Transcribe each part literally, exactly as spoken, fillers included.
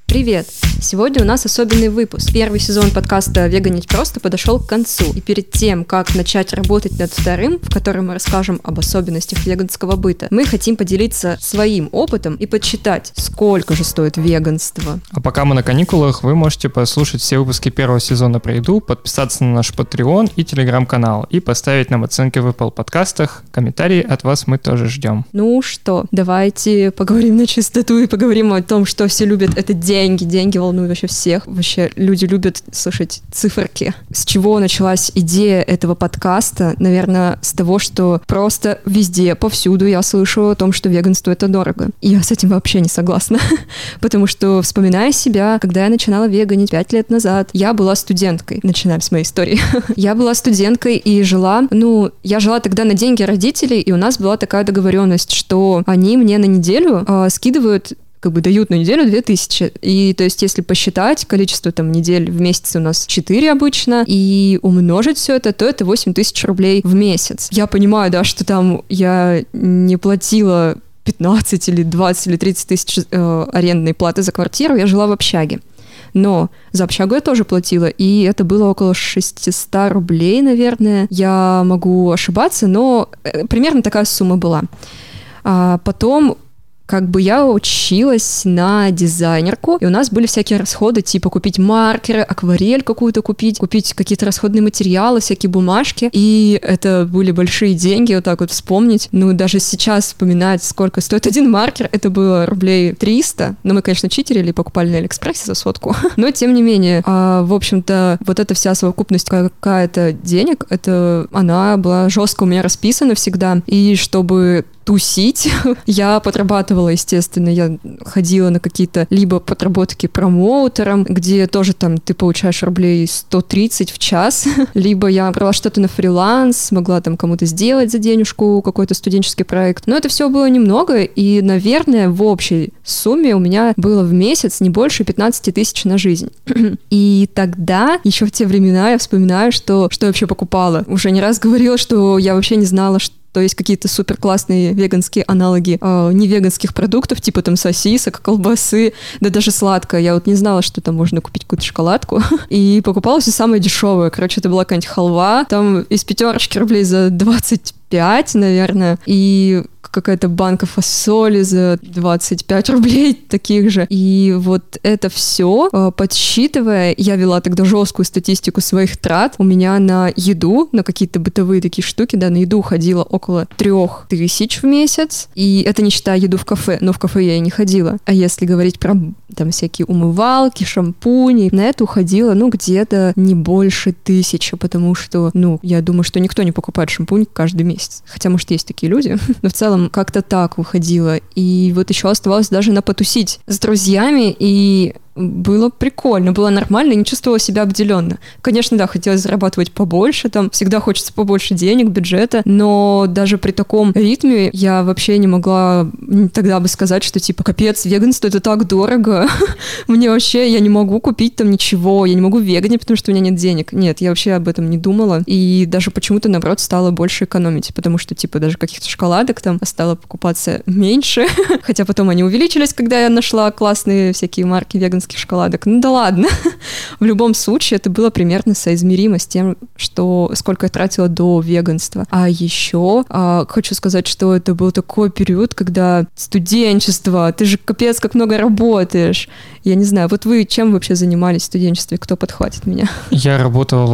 Привет! Сегодня у нас особенный выпуск. Первый сезон подкаста «Веганить просто» подошел к концу. И перед тем, как начать работать над вторым, в котором мы расскажем об особенностях веганского быта, мы хотим поделиться своим опытом и подсчитать, сколько же стоит веганство. А пока мы на каникулах, вы можете послушать все выпуски первого сезона про еду, подписаться на наш Patreon и Telegram-канал и поставить нам оценки в Apple подкастах. Комментарии от вас мы тоже ждем. Ну что, давайте поговорим на чистоту и поговорим о том, что все любят. Это деньги. Деньги волнуют вообще всех. Вообще люди любят слышать циферки. С чего началась идея этого подкаста? Наверное, с того, что просто везде, повсюду я слышу о том, что веганство — это дорого. И я с этим вообще не согласна. Потому что, вспоминая себя, когда я начинала веганить пять лет назад, я была студенткой. Начинаем с моей истории. Я была студенткой и жила, ну, я жила тогда на деньги родителей, и у нас была такая договоренность, что они мне на неделю э, скидывают, как бы дают на неделю две тысячи. И то есть если посчитать количество там недель в месяц у нас четыре обычно, и умножить все это, то это восемь тысяч рублей в месяц. Я понимаю, да, что там я не платила пятнадцать или двадцать или тридцать тысяч э, арендной платы за квартиру, я жила в общаге. Но за общагу я тоже платила, и это было около шестьсот рублей, наверное. Я могу ошибаться, но примерно такая сумма была. А потом как бы я училась на дизайнерку, и у нас были всякие расходы, типа купить маркеры, акварель какую-то купить, купить какие-то расходные материалы, всякие бумажки, и это были большие деньги, вот так вот вспомнить. Ну, даже сейчас вспоминать, сколько стоит один маркер, это было рублей триста, но мы, конечно, читерили и покупали на Алиэкспрессе за сотку, но тем не менее, а, в общем-то, вот эта вся совокупность какая-то денег, это она была жестко у меня расписана всегда, и чтобы тусить. Я подрабатывала, естественно, я ходила на какие-то либо подработки промоутером, где тоже там ты получаешь рублей сто тридцать в час, либо я брала что-то на фриланс, могла там кому-то сделать за денежку какой-то студенческий проект. Но это все было немного, и, наверное, в общей сумме у меня было в месяц не больше пятнадцать тысяч на жизнь. И тогда, еще в те времена, я вспоминаю, что, что я вообще покупала. Уже не раз говорила, что я вообще не знала, что то есть какие-то супер классные веганские аналоги э, невеганских продуктов, типа там сосисок, колбасы, да даже сладкое. Я вот не знала, что там можно купить какую-то шоколадку. И покупала все самое дешевое. Короче, это была какая-нибудь халва, там из пятерочки рублей за двадцать пять, наверное, и какая-то банка фасоли за двадцать пять рублей таких же. И вот это все, подсчитывая, я вела тогда жесткую статистику своих трат. У меня на еду, на какие-то бытовые такие штуки, да, на еду уходило около трех тысяч в месяц. И это не считая еду в кафе, но в кафе я и не ходила. А если говорить про там всякие умывалки, шампуни, на это уходило, ну, где-то не больше тысячи, потому что, ну, я думаю, что никто не покупает шампунь каждый месяц. Хотя, может, есть такие люди, но в целом как-то так выходило. И вот еще оставалось даже на потусить с друзьями, и было прикольно, было нормально, не чувствовала себя обделенно. Конечно, да, хотелось зарабатывать побольше, там всегда хочется побольше денег, бюджета, но даже при таком ритме я вообще не могла тогда бы сказать, что типа, капец, веганство — это так дорого, мне вообще, я не могу купить там ничего, я не могу веганить, потому что у меня нет денег. Нет, я вообще об этом не думала, и даже почему-то, наоборот, стала больше экономить, потому что, типа, даже каких-то шоколадок там стало покупаться меньше, хотя потом они увеличились, когда я нашла классные всякие марки веганских шоколадок. Ну да ладно. В любом случае, это было примерно соизмеримо с тем, что сколько я тратила до веганства. А еще а, хочу сказать, что это был такой период, когда студенчество, ты же капец как много работаешь. Я не знаю, вот вы чем вообще занимались в студенчестве? Кто подхватит меня? Я работал...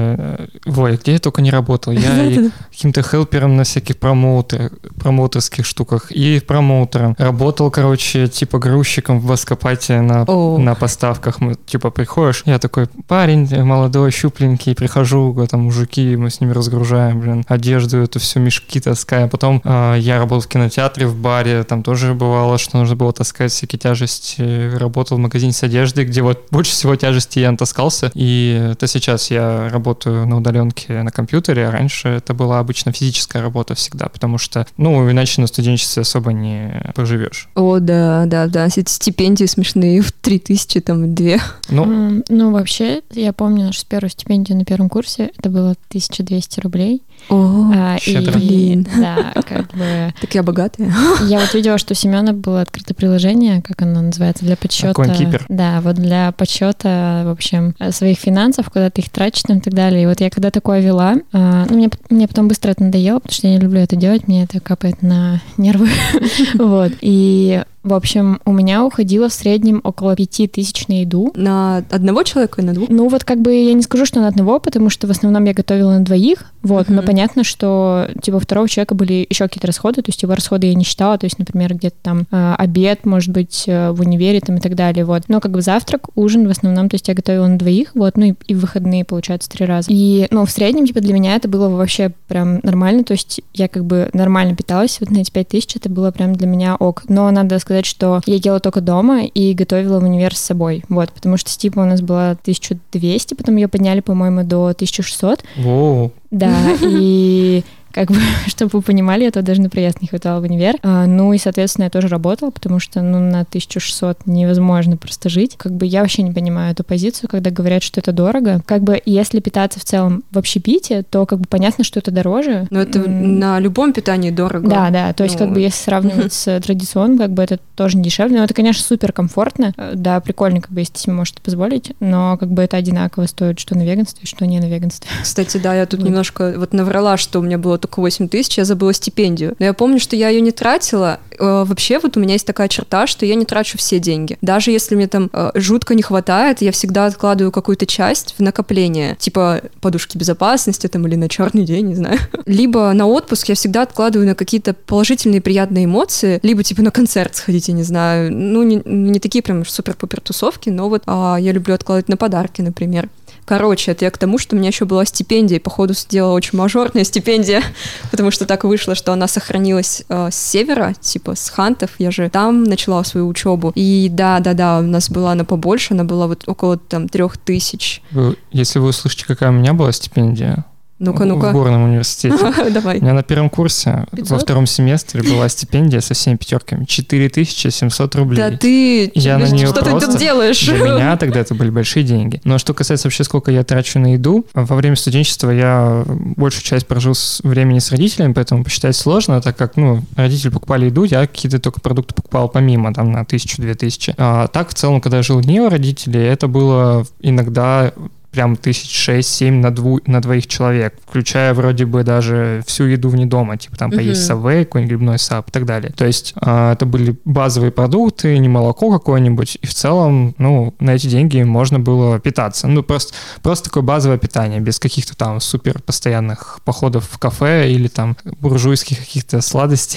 Ой, где я только не работал. Я и каким-то хелпером на всяких промоутер, промоутерских штуках, и промоутером. Работал, короче, типа грузчиком в Воскопате на на поставках. Мы, типа, приходишь, я такой парень молодой, щупленький, прихожу, там мужики, мы с ними разгружаем, блин, одежду, эту всю мешки таскаем. Потом э, я работал в кинотеатре, в баре, там тоже бывало, что нужно было таскать всякие тяжести. Работал в магазине с одеждой, где вот больше всего тяжести я натаскался. И это сейчас я работаю на удаленке на компьютере, а раньше это была обычно физическая работа всегда, потому что, ну, иначе на студенчестве особо не проживешь. О, да, да, да, эти стипендии смешные в три тысячи, там, две. Ну, mm, ну, вообще, я помню нашу первую стипендию на первом курсе, это было тысяча двести рублей. О, а, щедро. Блин. Да, как бы... Так я богатая. Я вот видела, что у Семёна было открыто приложение, как оно называется, для подсчета... CoinKeeper. Да, вот для подсчета, в общем, своих финансов, куда ты их тратишь там, и так далее. И вот я когда такое вела, а, ну, мне, мне потом быстро это надоело, потому что я не люблю это делать, мне это капает на нервы. Вот. И... В общем, у меня уходило в среднем около пяти тысяч на еду. На одного человека и на двух? Ну вот как бы я не скажу, что на одного, потому что в основном я готовила на двоих, вот, uh-huh. но понятно, что типа у второго человека были еще какие-то расходы, то есть его расходы я не считала, то есть, например, где-то там э, обед, может быть, э, в универе там и так далее, вот. Но как бы завтрак, ужин в основном, то есть я готовила на двоих, вот, ну и, и в выходные, получается, три раза. И, ну, в среднем, типа, для меня это было вообще прям нормально, то есть я как бы нормально питалась, вот на эти пять тысяч это было прям для меня ок. Но надо сказать, сказать, что я ела только дома и готовила в универ с собой, вот, потому что стипа у нас была тысяча двести, потом ее подняли, по-моему, до тысяча шестьсот. Воу. Да, и как бы, чтобы вы понимали, этого даже на проезд не хватало в универ. А, ну и, соответственно, я тоже работала, потому что, ну, на тысячу шестьсот невозможно просто жить. Как бы я вообще не понимаю эту позицию, когда говорят, что это дорого. Как бы, если питаться в целом в общепите, то как бы понятно, что это дороже. Но это mm. на любом питании дорого. Да, да, то есть ну... как бы если сравнивать с традиционным, как бы это тоже не дешевле. Но это, конечно, супер комфортно. Да, прикольно, как бы, если себе можете позволить, но как бы это одинаково стоит, что на веганстве, что не на веганстве. Кстати, да, я тут вот. немножко вот наврала, что у меня было только восемь тысяч, я забыла стипендию. Но я помню, что я ее не тратила. Э, вообще вот у меня есть такая черта, что я не трачу все деньги. Даже если мне там э, жутко не хватает, я всегда откладываю какую-то часть в накопление. Типа подушки безопасности там или на черный день, не знаю. Либо на отпуск я всегда откладываю на какие-то положительные приятные эмоции, либо типа на концерт сходить, я не знаю. Ну, не, не такие прям супер-пупер тусовки, но вот а, я люблю откладывать на подарки, например. Короче, это я к тому, что у меня еще была стипендия, и, походу, сделала очень мажорная стипендия, потому что так вышло, что она сохранилась э, с севера, типа с Хантов, я же там начала свою учебу, и да-да-да, у нас была она побольше, она была вот около там трех тысяч. Вы, если вы услышите, какая у меня была стипендия, Ну-ка, ну-ка. в горном университете. Давай. У меня на первом курсе пятьсот? Во втором семестре была стипендия со всеми пятерками. четыре тысячи семьсот рублей. Да ты... Я на нее что просто... ты тут делаешь? Для меня тогда это были большие деньги. Но что касается вообще, сколько я трачу на еду, во время студенчества я большую часть прожил с времени с родителями, поэтому посчитать сложно, так как, ну, родители покупали еду, я какие-то только продукты покупал помимо, там, на тысячу-две тысячи. А так, в целом, когда я жил не у родителей, это было иногда... прям тысяч шесть-семь на, дву, на двоих человек, включая вроде бы даже всю еду вне дома, типа там поесть uh-huh. савей, какой-нибудь грибной сап и так далее. То есть э, это были базовые продукты, не молоко какое-нибудь, и в целом, ну, на эти деньги можно было питаться. Ну, просто, просто такое базовое питание, без каких-то там супер постоянных походов в кафе или там буржуйских каких-то сладостей.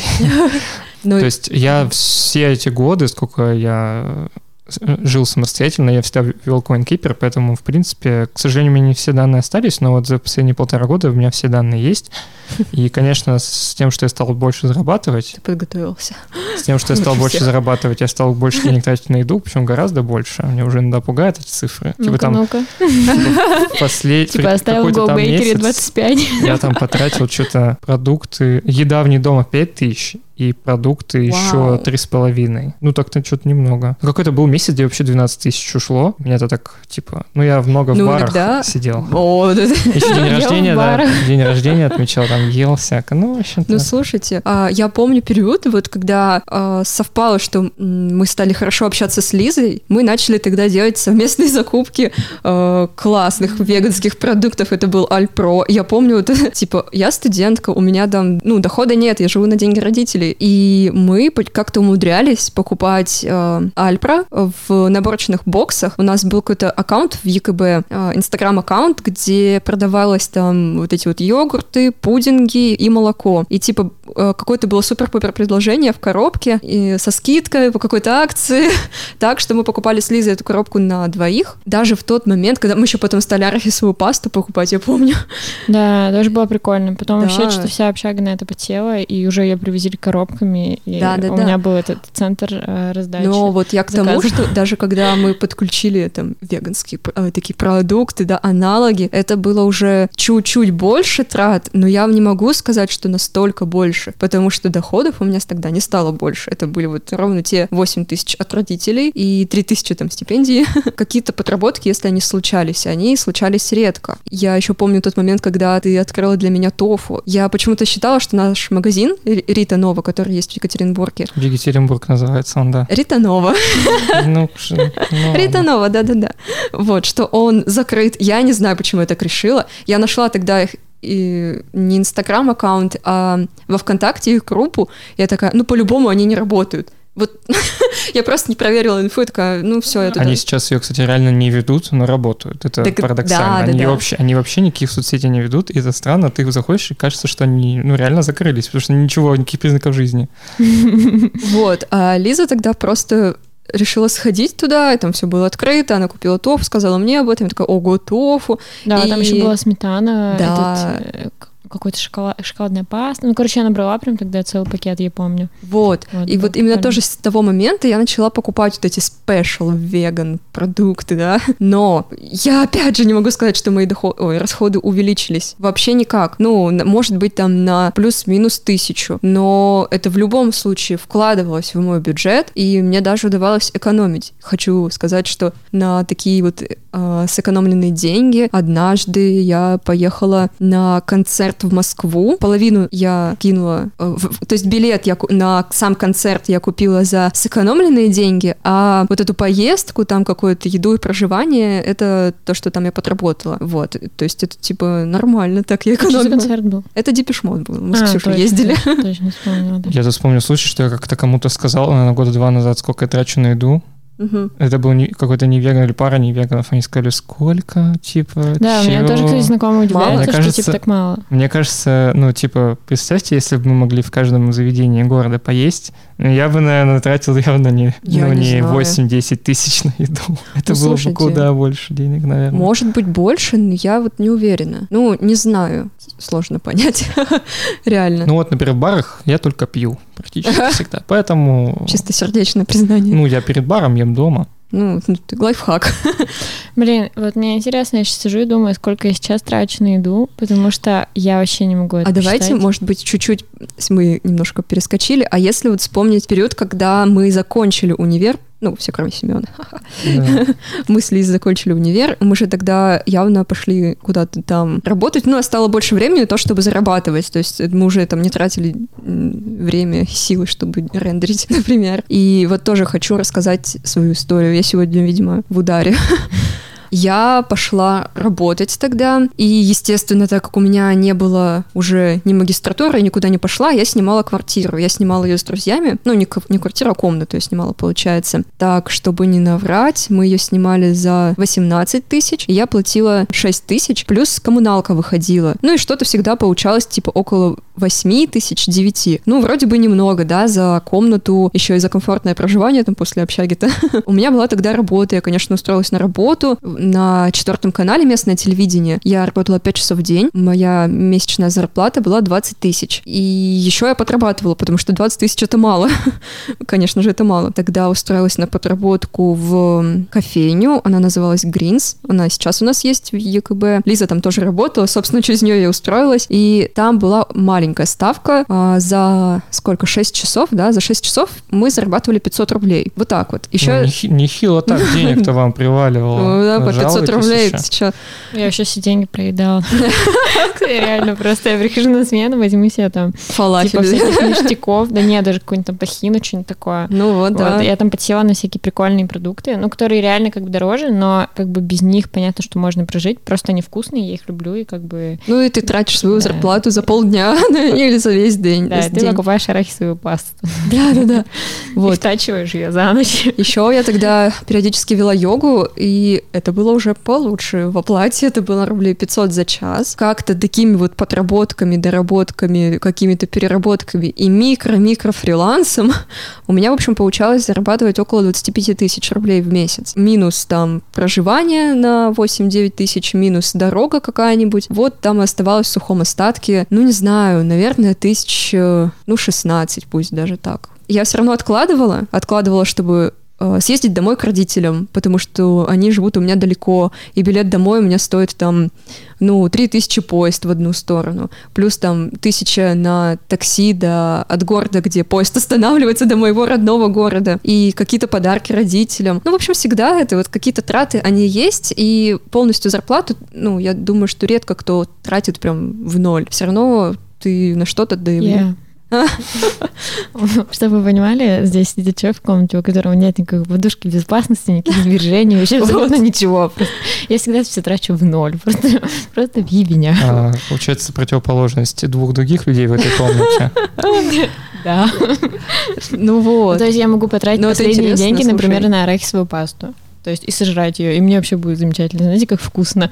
То есть я все эти годы, сколько я... жил самостоятельно, я всегда вел CoinKeeper, поэтому, в принципе, к сожалению, у меня не все данные остались, но вот за последние полтора года у меня все данные есть. И, конечно, с тем, что я стал больше зарабатывать... Ты подготовился. С тем, что я стал больше зарабатывать, я стал больше денег тратить на еду, причем гораздо больше. Мне уже иногда пугают эти цифры. Ну-ка, типа, ну-ка. Послед... Типа оставил в GoBakery двадцать пять. Я там потратил что-то продукты... Еда вне дома пять тысяч. И продукты Вау. еще три с половиной. Ну, так-то что-то немного. Какой-то был месяц, где вообще двенадцать тысяч ушло. Мне это так, типа... Ну, я много в ну, барах иногда... сидел. О, да. Еще день рождения, да. День рождения отмечал, там ел всяко. Ну, в общем-то... Ну, слушайте, я помню период, вот когда совпало, что мы стали хорошо общаться с Лизой, мы начали тогда делать совместные закупки классных веганских продуктов. Это был Альпро. Я помню, вот, типа, я студентка, у меня там, ну, дохода нет, я живу на деньги родителей. И мы как-то умудрялись покупать э, Альпро в наборочных боксах. У нас был какой-то аккаунт в ЕКБ, э, инстаграм-аккаунт, где продавалось там вот эти вот йогурты, пудинги и молоко. И типа э, какое-то было супер-пупер предложение в коробке и со скидкой по какой-то акции. Так что мы покупали с Лизой эту коробку на двоих. Даже в тот момент, когда мы еще потом стали арахисовую пасту покупать, я помню. Да, даже было прикольно. Потом да. вообще что вся общага на это потела, и уже ее привезли коробками, и да, да, у да. меня был этот центр э, раздачи. Но вот я к заказов. тому, что даже когда мы подключили там веганские э, такие продукты, да, аналоги, это было уже чуть-чуть больше трат, но я не могу сказать, что настолько больше, потому что доходов у меня тогда не стало больше. Это были вот ровно те восемь тысяч от родителей и три тысячи там стипендии. Какие-то подработки, если они случались, они случались редко. Я еще помню тот момент, когда ты открыла для меня тофу. Я почему-то считала, что наш магазин Рита Нова, который есть в Екатеринбурге. В Екатеринбург называется он, да. Рита Нова. Ну, Рита Нова, да-да-да. Вот, что он закрыт. Я не знаю, почему я так решила. Я нашла тогда их и не Инстаграм-аккаунт, а во ВКонтакте их группу. Я такая, ну, по-любому они не работают. Вот я просто не проверила инфу, я такая, ну все, это... Они сейчас ее, кстати, реально не ведут, но работают. Это так, парадоксально. Да, они, да, вообще, да. они вообще никаких соцсетей не ведут, и это странно. Ты заходишь, и кажется, что они ну, реально закрылись, потому что ничего, никаких признаков жизни. Вот, а Лиза тогда просто решила сходить туда, и там все было открыто, она купила тофу, сказала мне об этом, я такая, ого, тофу. Да, и... там еще была сметана, да. этот... какой-то шоколад, шоколадная паста. Ну, короче, я набрала прям тогда целый пакет, я помню. Вот. вот и вот именно тоже с того момента я начала покупать вот эти special vegan продукты, да. Но я опять же не могу сказать, что мои доход... Ой, расходы увеличились. Вообще никак. Ну, может быть, там на плюс-минус тысячу. Но это в любом случае вкладывалось в мой бюджет, и мне даже удавалось экономить. Хочу сказать, что на такие вот э, сэкономленные деньги однажды я поехала на концерт в Москву. Половину я кинула, э, в, то есть билет я, на сам концерт я купила за сэкономленные деньги, а вот эту поездку, там какую-то еду и проживание, это то, что там я подработала. Вот. То есть это типа нормально, так я экономила. Что за концерт был? Это Депеш Мод был. Мы с а, Ксюшей точно, ездили. Точно, точно вспомнила, да. Я тут вспомнил случай, что я как-то кому-то сказал, наверное, года два назад, сколько я трачу на еду. Угу. Это был не, какой-то не веган или пара не веганов. Они сказали, сколько, типа, Да, чё? меня тоже, кстати, знакомые удивляются, что, кажется, типа, так мало. Мне кажется, ну, типа, представьте, если бы мы могли в каждом заведении города поесть, я бы, наверное, тратил явно не, ну, не, не восемь-десять тысяч на еду. Это ну, было слушайте, бы куда больше денег, наверное. Может быть, больше, но я вот не уверена. Ну, не знаю. Сложно понять. Реально. Ну вот, например, в барах я только пью практически всегда. Поэтому... Чистосердечное признание. Ну, я перед баром ем дома. Ну, ты лайфхак. Блин, вот мне интересно, я сейчас сижу и думаю, сколько я сейчас трачу на еду, потому что я вообще не могу это А посчитать. давайте, может быть, чуть-чуть мы немножко перескочили, а если вот вспомнить период, когда мы закончили универ, ну, все кроме Семёна. Да. Мы с Лизой закончили универ, мы же тогда явно пошли куда-то там работать, ну, стало больше времени на то, чтобы зарабатывать, то есть мы уже там не тратили время, силы, чтобы рендерить, например. И вот тоже хочу рассказать свою историю. Я сегодня, видимо, в ударе. Я пошла работать тогда, и, естественно, так как у меня не было уже ни магистратуры, я никуда не пошла, я снимала квартиру. Я снимала ее с друзьями, ну, не, не квартиру, а комнату я снимала, получается. Так, чтобы не наврать, мы ее снимали за восемнадцать тысяч, и я платила шесть тысяч, плюс коммуналка выходила. Ну, и что-то всегда получалось, типа, около восемь тысяч, девять. Ну, вроде бы немного, да, за комнату, еще и за комфортное проживание там после общаги-то. У меня была тогда работа, я, конечно, устроилась на работу, на четвертом канале местное телевидение. Я работала пять часов в день. Моя месячная зарплата была двадцать тысяч. И еще я подрабатывала, потому что двадцать тысяч это мало. Конечно же, это мало. Тогда устроилась на подработку в кофейню. Она называлась Greens. Она сейчас у нас есть в ЕКБ. Лиза там тоже работала. Собственно, через нее я устроилась. И там была маленькая ставка. А за сколько? шесть часов, да? За шесть часов мы зарабатывали пятьсот рублей. Вот так вот. Еще... Ну, нехило так денег-то вам приваливало. пятьсот рублей, ты что? Я вообще все деньги проедала. Реально, просто я прихожу на смену, возьму себе там фалафель. Типа всяких ништяков, да нет, даже какую-нибудь там тахину, что-нибудь такое. Ну вот, да. Я там подсела на всякие прикольные продукты, ну, которые реально как бы дороже, но как бы без них понятно, что можно прожить, просто они вкусные, я их люблю, и как бы... Ну и ты тратишь свою зарплату за полдня или за весь день. Да, ты покупаешь арахисовую пасту. Да-да-да. Вот. И втачиваешь ее за ночь. Еще я тогда периодически вела йогу, и это было уже получше в оплате, это было рублей пятьсот за час. Как-то такими вот подработками, доработками, какими-то переработками и микро-микро фрилансом у меня, в общем, получалось зарабатывать около двадцать пять тысяч рублей в месяц. Минус там проживание на восемь-девять тысяч, минус дорога какая-нибудь. Вот там оставалось в сухом остатке, ну, не знаю, наверное, тысяч, ну, шестнадцать, пусть даже так. Я все равно откладывала, откладывала, чтобы э, съездить домой к родителям, потому что они живут у меня далеко, и билет домой у меня стоит там, ну, три тысячи поезд в одну сторону, плюс там тысяча на такси до, от города, где поезд останавливается, до моего родного города, и какие-то подарки родителям. Ну, в общем, всегда это вот какие-то траты, они есть, и полностью зарплату, ну, я думаю, что редко кто тратит прям в ноль. Все равно ты на что-то доебешь. Yeah. Чтобы вы понимали, здесь сидит человек в комнате, у которого нет никакой подушки безопасности, никаких сбережений, вообще абсолютно ничего. Я всегда все трачу в ноль, просто, просто в ебеня. А, получается, противоположность двух других людей в этой комнате. Да. Ну вот. То есть я могу потратить последние деньги, например, на арахисовую пасту. То есть и сожрать ее, и мне вообще будет замечательно. Знаете, как вкусно.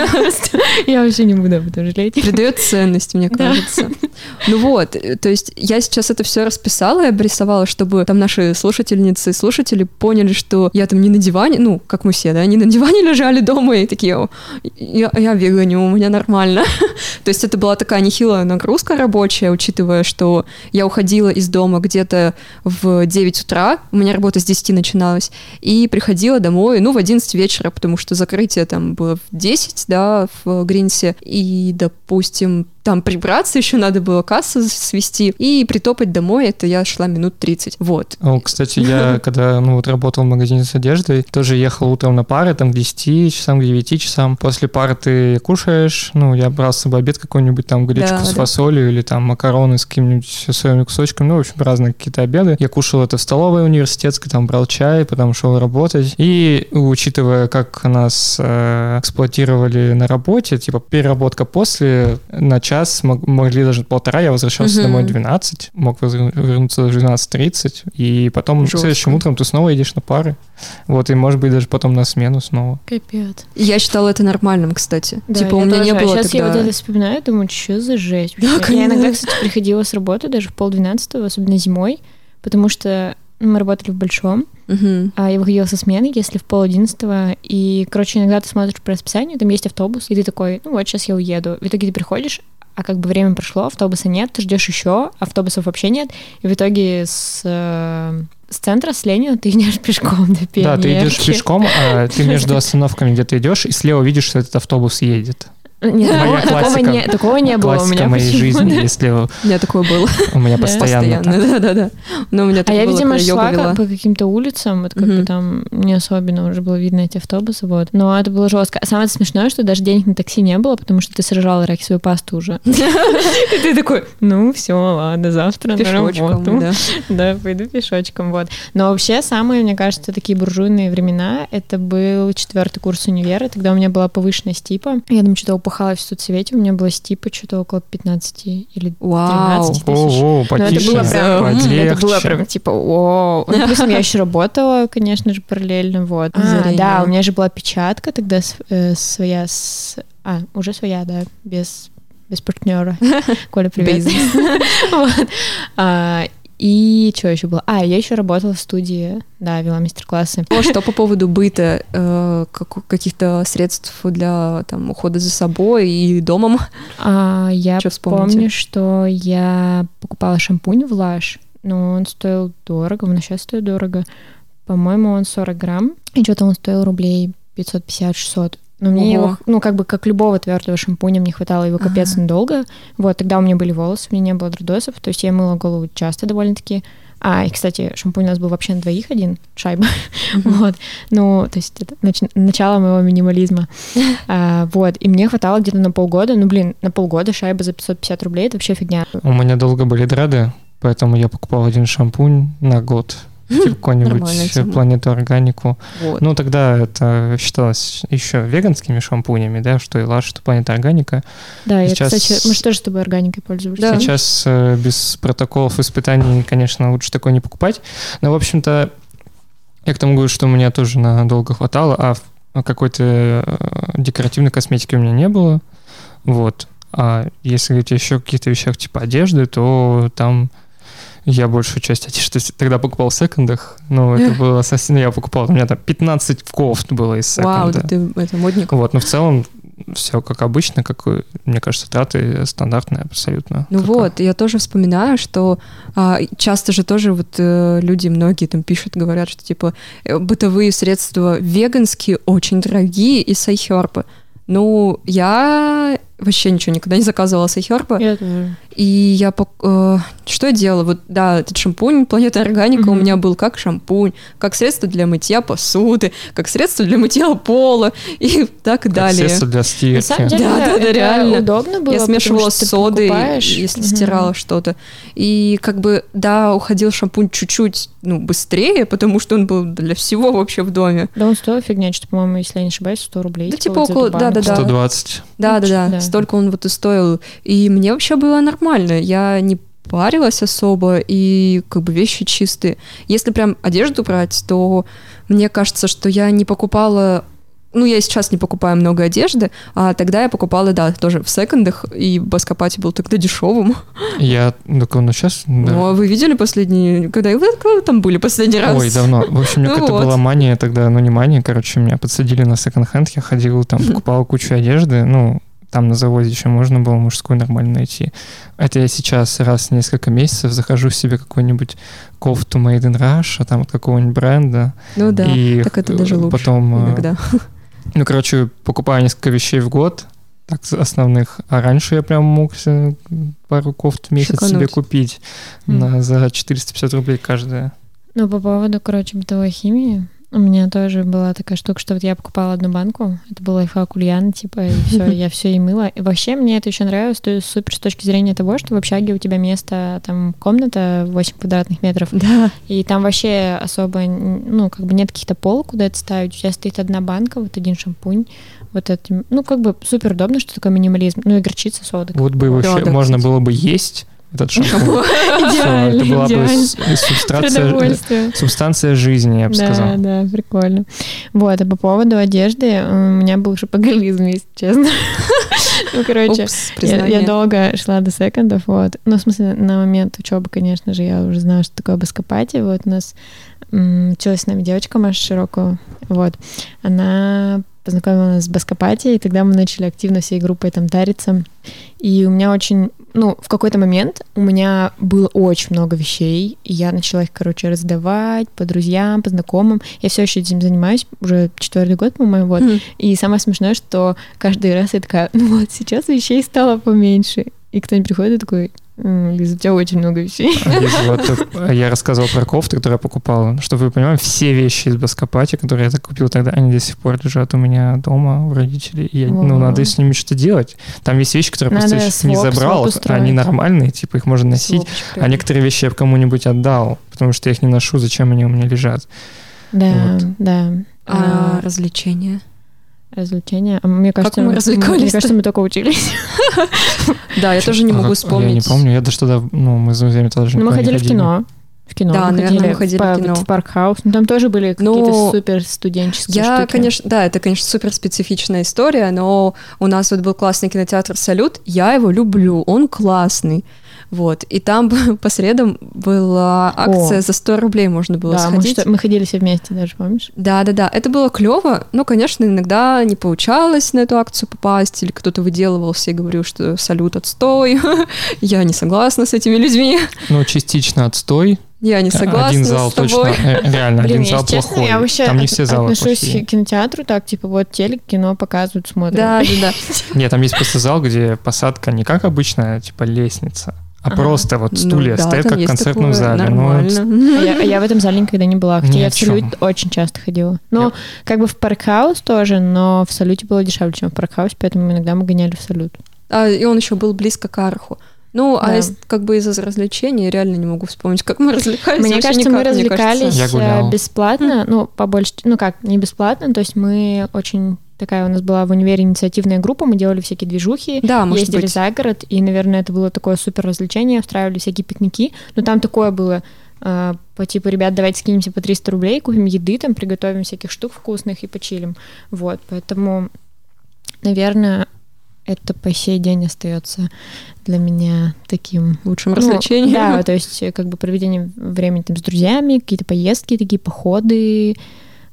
Я вообще не буду об этом жалеть. Придает ценность, мне кажется. Ну вот, то есть я сейчас это все расписала и обрисовала, чтобы там наши слушательницы и слушатели поняли, что я там не на диване, ну, как мы все, да, не на диване лежали дома и такие, я, я веганю, у меня нормально. То есть это была такая нехилая нагрузка рабочая, учитывая, что я уходила из дома где-то в девять утра, у меня работа с десяти начиналась, и приходила домой ну, в одиннадцать вечера, потому что закрытие там было в десять, да, в Гринсе, и, допустим, там прибраться еще надо было, кассу свести, и притопать домой, это я шла минут тридцать, вот. О, кстати, я, когда, ну, вот работал в магазине с одеждой, тоже ехал утром на пары, там, к десяти часам, к девяти часам. После пары ты кушаешь, ну, я брал с собой обед какой-нибудь, там, гречку да, с да. фасолью или там макароны с каким-нибудь соевым кусочком, ну, в общем, разные какие-то обеды. Я кушал это в столовой университетской, там, брал чай, потом шел работать. И, учитывая, как нас э, эксплуатировали на работе, типа, переработка после, на час могли даже полтора, я возвращался угу. домой в двенадцать, мог вернуться в двенадцать тридцать, и потом Жестко. Следующим утром ты снова едешь на пары. Вот, и, может быть, даже потом на смену снова. Капец. Я считала это нормальным, кстати. Да, типа, у меня тоже. не было Сейчас тогда... я вот это вспоминаю, думаю, что за жесть. Да, я иногда, кстати, приходила с работы даже в полдвенадцатого, особенно зимой, потому что мы работали в Большом, uh-huh. а я выходила со смены, если в пол одиннадцатого, и, короче, иногда ты смотришь по расписанию, там есть автобус, и ты такой, ну вот, сейчас я уеду. В итоге ты приходишь, а как бы время прошло, автобуса нет, ты ждешь еще, автобусов вообще нет, и в итоге с, с центра, с Ленина ты идешь пешком до Пионерки. Да, ты идешь пешком, а ты между остановками где-то идешь, и слева видишь, что этот автобус едет. Нет, такого, такого, не, такого не было у меня. Моей жизни, если... У меня такое было. У меня постоянно. Да-да-да. Но у меня а я, видимо, шла по каким-то улицам, вот как бы там не особенно уже было видно эти автобусы, вот. Но это было жестко. Самое смешное, что даже денег на такси не было, потому что ты сожрала арахисовую пасту уже. И ты такой, ну все, ладно, завтра на работу. Да, пойду пешочком, вот. Но вообще самые, мне кажется, такие буржуйные времена, это был четвертый курс универа, тогда у меня была повышенная стипа. Я там что-то упахалась в студсовете, у меня было стипа что-то около пятнадцати или тринадцати тысяч. О, потише, это было прям, это было прям типа, о. Плюс я еще работала, конечно же, параллельно, вот. А, да, у меня же была печатка тогда э, своя, с... а, уже своя, да, без, без партнера. Коля, привет. Вот. И что еще было? А, я еще работала в студии, да, вела мастер-классы. О, что по поводу быта, э, как, каких-то средств для там, ухода за собой и домом? А, я помню, что я покупала шампунь Влаж, но он стоил дорого, он сейчас стоит дорого. По-моему, он сорок грамм, и что-то он стоил рублей пятьсот пятьдесят - шестьсот. Но мне его, ну, как бы, как любого твердого шампуня, мне хватало его капец ага. надолго. Вот, тогда у меня были волосы, у меня не было дродосов, то есть я мыла голову часто довольно-таки. А, и, кстати, шампунь у нас был вообще на двоих один, шайба. Mm-hmm. Вот, ну, то есть это нач- начало моего минимализма. а, вот, и мне хватало где-то на полгода, ну, блин, на полгода шайба за пятьсот пятьдесят рублей, это вообще фигня. У меня долго были дреды, поэтому я покупал один шампунь на год. Типа какую-нибудь Планету Органику. Вот. Ну, тогда это считалось еще веганскими шампунями, да, что и Лаш, что Планета Органика. Да, я, сейчас... кстати, мы же тоже с тобой органикой пользуемся. Да. Сейчас э, без протоколов испытаний, конечно, лучше такое не покупать. Но, в общем-то, я к тому говорю, что у меня тоже надолго хватало, а какой-то э, декоративной косметики у меня не было. Вот. А если говорить еще о каких-то вещах типа одежды, то там... Я большую часть одежды тогда покупал в секондах, но это было совсем... Я покупал, у меня там пятнадцать кофт было из секонда. Вау, да ты это модник. Вот, но в целом все как обычно, как, мне кажется, траты стандартные абсолютно. Ну Какая? вот, я тоже вспоминаю, что а, часто же тоже вот э, люди, многие там пишут, говорят, что типа бытовые средства веганские очень дорогие и с iHerb. Ну, я вообще ничего никогда не заказывала с iHerb. Я тоже. И я... Э, что я делала? Вот, да, этот шампунь Планета Органика mm-hmm. у меня был как шампунь, как средство для мытья посуды, как средство для мытья пола и так как далее. Средство для стирки. На самом деле, да, да, да, реально. Удобно было, я смешивала с содой, если mm-hmm. стирала что-то. И как бы, да, уходил шампунь чуть-чуть, ну, быстрее, потому что он был для всего вообще в доме. Да, он стоил фигня, что, по-моему, если я не ошибаюсь, сто рублей. Да, типа около, да-да-да. сто двадцать. Да-да-да, да. Столько он вот и стоил. И мне вообще было нормально. Я не парилась особо, и как бы вещи чистые. Если прям одежду брать, то мне кажется, что я не покупала... Ну, я и сейчас не покупаю много одежды, а тогда я покупала, да, тоже в секондах, и Баскопати был тогда дешевым. Я, ну, ну сейчас... Да. Ну, а вы видели последние... Когда вы, когда вы там были последний раз? Ой, давно. В общем, у меня ну какая-то вот. была мания тогда, ну, не мания, короче, меня подсадили на секонд-хенд, я ходил там, покупал кучу одежды, ну, там на заводе еще можно было мужскую нормально найти. Это я сейчас раз в несколько месяцев захожу себе какую-нибудь кофту Made in Russia, там от какого-нибудь бренда. Ну да, и так это даже лучше потом, иногда. Ну, короче, покупаю несколько вещей в год, так, основных. А раньше я прям мог пару кофт в месяц Шикануть. себе купить mm. на, за четыреста пятьдесят рублей каждая. Ну, по поводу, короче, бытовой химии, у меня тоже была такая штука, что вот я покупала одну банку, это был лайфхак Ульяны, типа, и все, я все и мыла. И вообще мне это еще нравилось, то есть супер с точки зрения того, что в общаге у тебя место, там, комната восемь квадратных метров, да. И там вообще особо, ну, как бы нет каких-то полок, куда это ставить, у тебя стоит одна банка, вот один шампунь, вот это, ну, как бы супер удобно, что такое минимализм, ну, и горчица, сода. Вот бы вообще да, можно кстати. было бы есть этот шампунь. Идеально, это была идеально. бы субстанция, субстанция жизни, я бы да, сказала. Да, да, прикольно. Вот, а по поводу одежды, у меня был шопоголизм, если честно. Ну, короче, Упс, я, я долго шла до секондов, вот. Ну, в смысле, на момент учебы, конечно же, я уже знала, что такое Баскопати. Вот у нас м, училась с нами девочка Маша Широкова, вот. Она познакомила нас с Баскопати, и тогда мы начали активно всей группой там тариться. И у меня очень... Ну, в какой-то момент у меня было очень много вещей, и я начала их, короче, раздавать по друзьям, по знакомым. Я все еще этим занимаюсь, уже четвертый год, по-моему, вот. Mm. И самое смешное, что каждый раз я такая, ну вот, сейчас вещей стало поменьше. И кто-нибудь приходит и такой... Лиза, у тебя очень много вещей. Вот, я рассказывал про кофты, которые я покупал. Чтобы вы понимали, все вещи из Баскопати, которые я так купил тогда, они до сих пор лежат у меня дома у родителей. И я, ну, надо с ними что-то делать. Там есть вещи, которые я просто еще не забрал. Они нормальные, типа их можно носить. А некоторые вещи я кому-нибудь отдал, потому что я их не ношу, зачем они у меня лежат. Да, вот. Да. А, а развлечения? Развлечения. А мне кажется, как мы развлекались? Мне кажется, мы только учились. Да, я тоже не могу вспомнить. Я не помню, я даже тогда, ну, мы с друзьями тоже мы ходили в кино. В кино. Да, мы наверное, ходили мы ходили в, в кино. В Паркхаус. Ну, там тоже были но какие-то супер студенческие я, штуки. конечно, да, это, конечно, супер специфичная история, но у нас вот был классный кинотеатр «Салют», я его люблю, он классный. Вот. И там по средам была акция О. за сто рублей можно было да, сходить. Мы, что, мы ходили все вместе даже, помнишь? Да-да-да, это было клево, но, конечно, иногда не получалось на эту акцию попасть, или кто-то выделывался и говорил, что «Салют, отстой». Я не согласна с этими людьми. Ну, частично отстой. Я не согласна один зал с тобой. Точно, реально, Блин, один зал честно, плохой. Я вообще там не все залы отношусь плохие. к кинотеатру так, типа, вот телек, кино показывают, смотрят. Да, да, да. Нет, там есть просто зал, где посадка не как обычная, типа лестница, а ага. просто вот стулья ну, да, стоят, как в концертном зале. Нормально. Ну, а, я, а я в этом зале никогда не была, хотя Ни я в «Салют» очень часто ходила. Ну, я... как бы в Паркхаус тоже, но в «Салюте» было дешевле, чем в Паркхаусе, поэтому иногда мы гоняли в «Салют». А, и он еще был близко к Арху. Ну, да. а из, как бы из-за развлечений я реально не могу вспомнить, как мы развлекались. Мне Вообще кажется, никак, мы развлекались кажется. бесплатно, mm. ну, побольше, ну как, не бесплатно, то есть мы очень... Такая у нас была в универе инициативная группа, мы делали всякие движухи, да, ездили быть. за город, и, наверное, это было такое супер развлечение, устраивали всякие пикники, но там такое было, э, по типу, ребят, давайте скинемся по триста рублей, купим еды, там, приготовим всяких штук вкусных и почилим, вот, поэтому, наверное, это по сей день остается для меня таким... Лучшим ну, развлечением. Да, то есть как бы проведение времени там с друзьями, какие-то поездки, такие походы,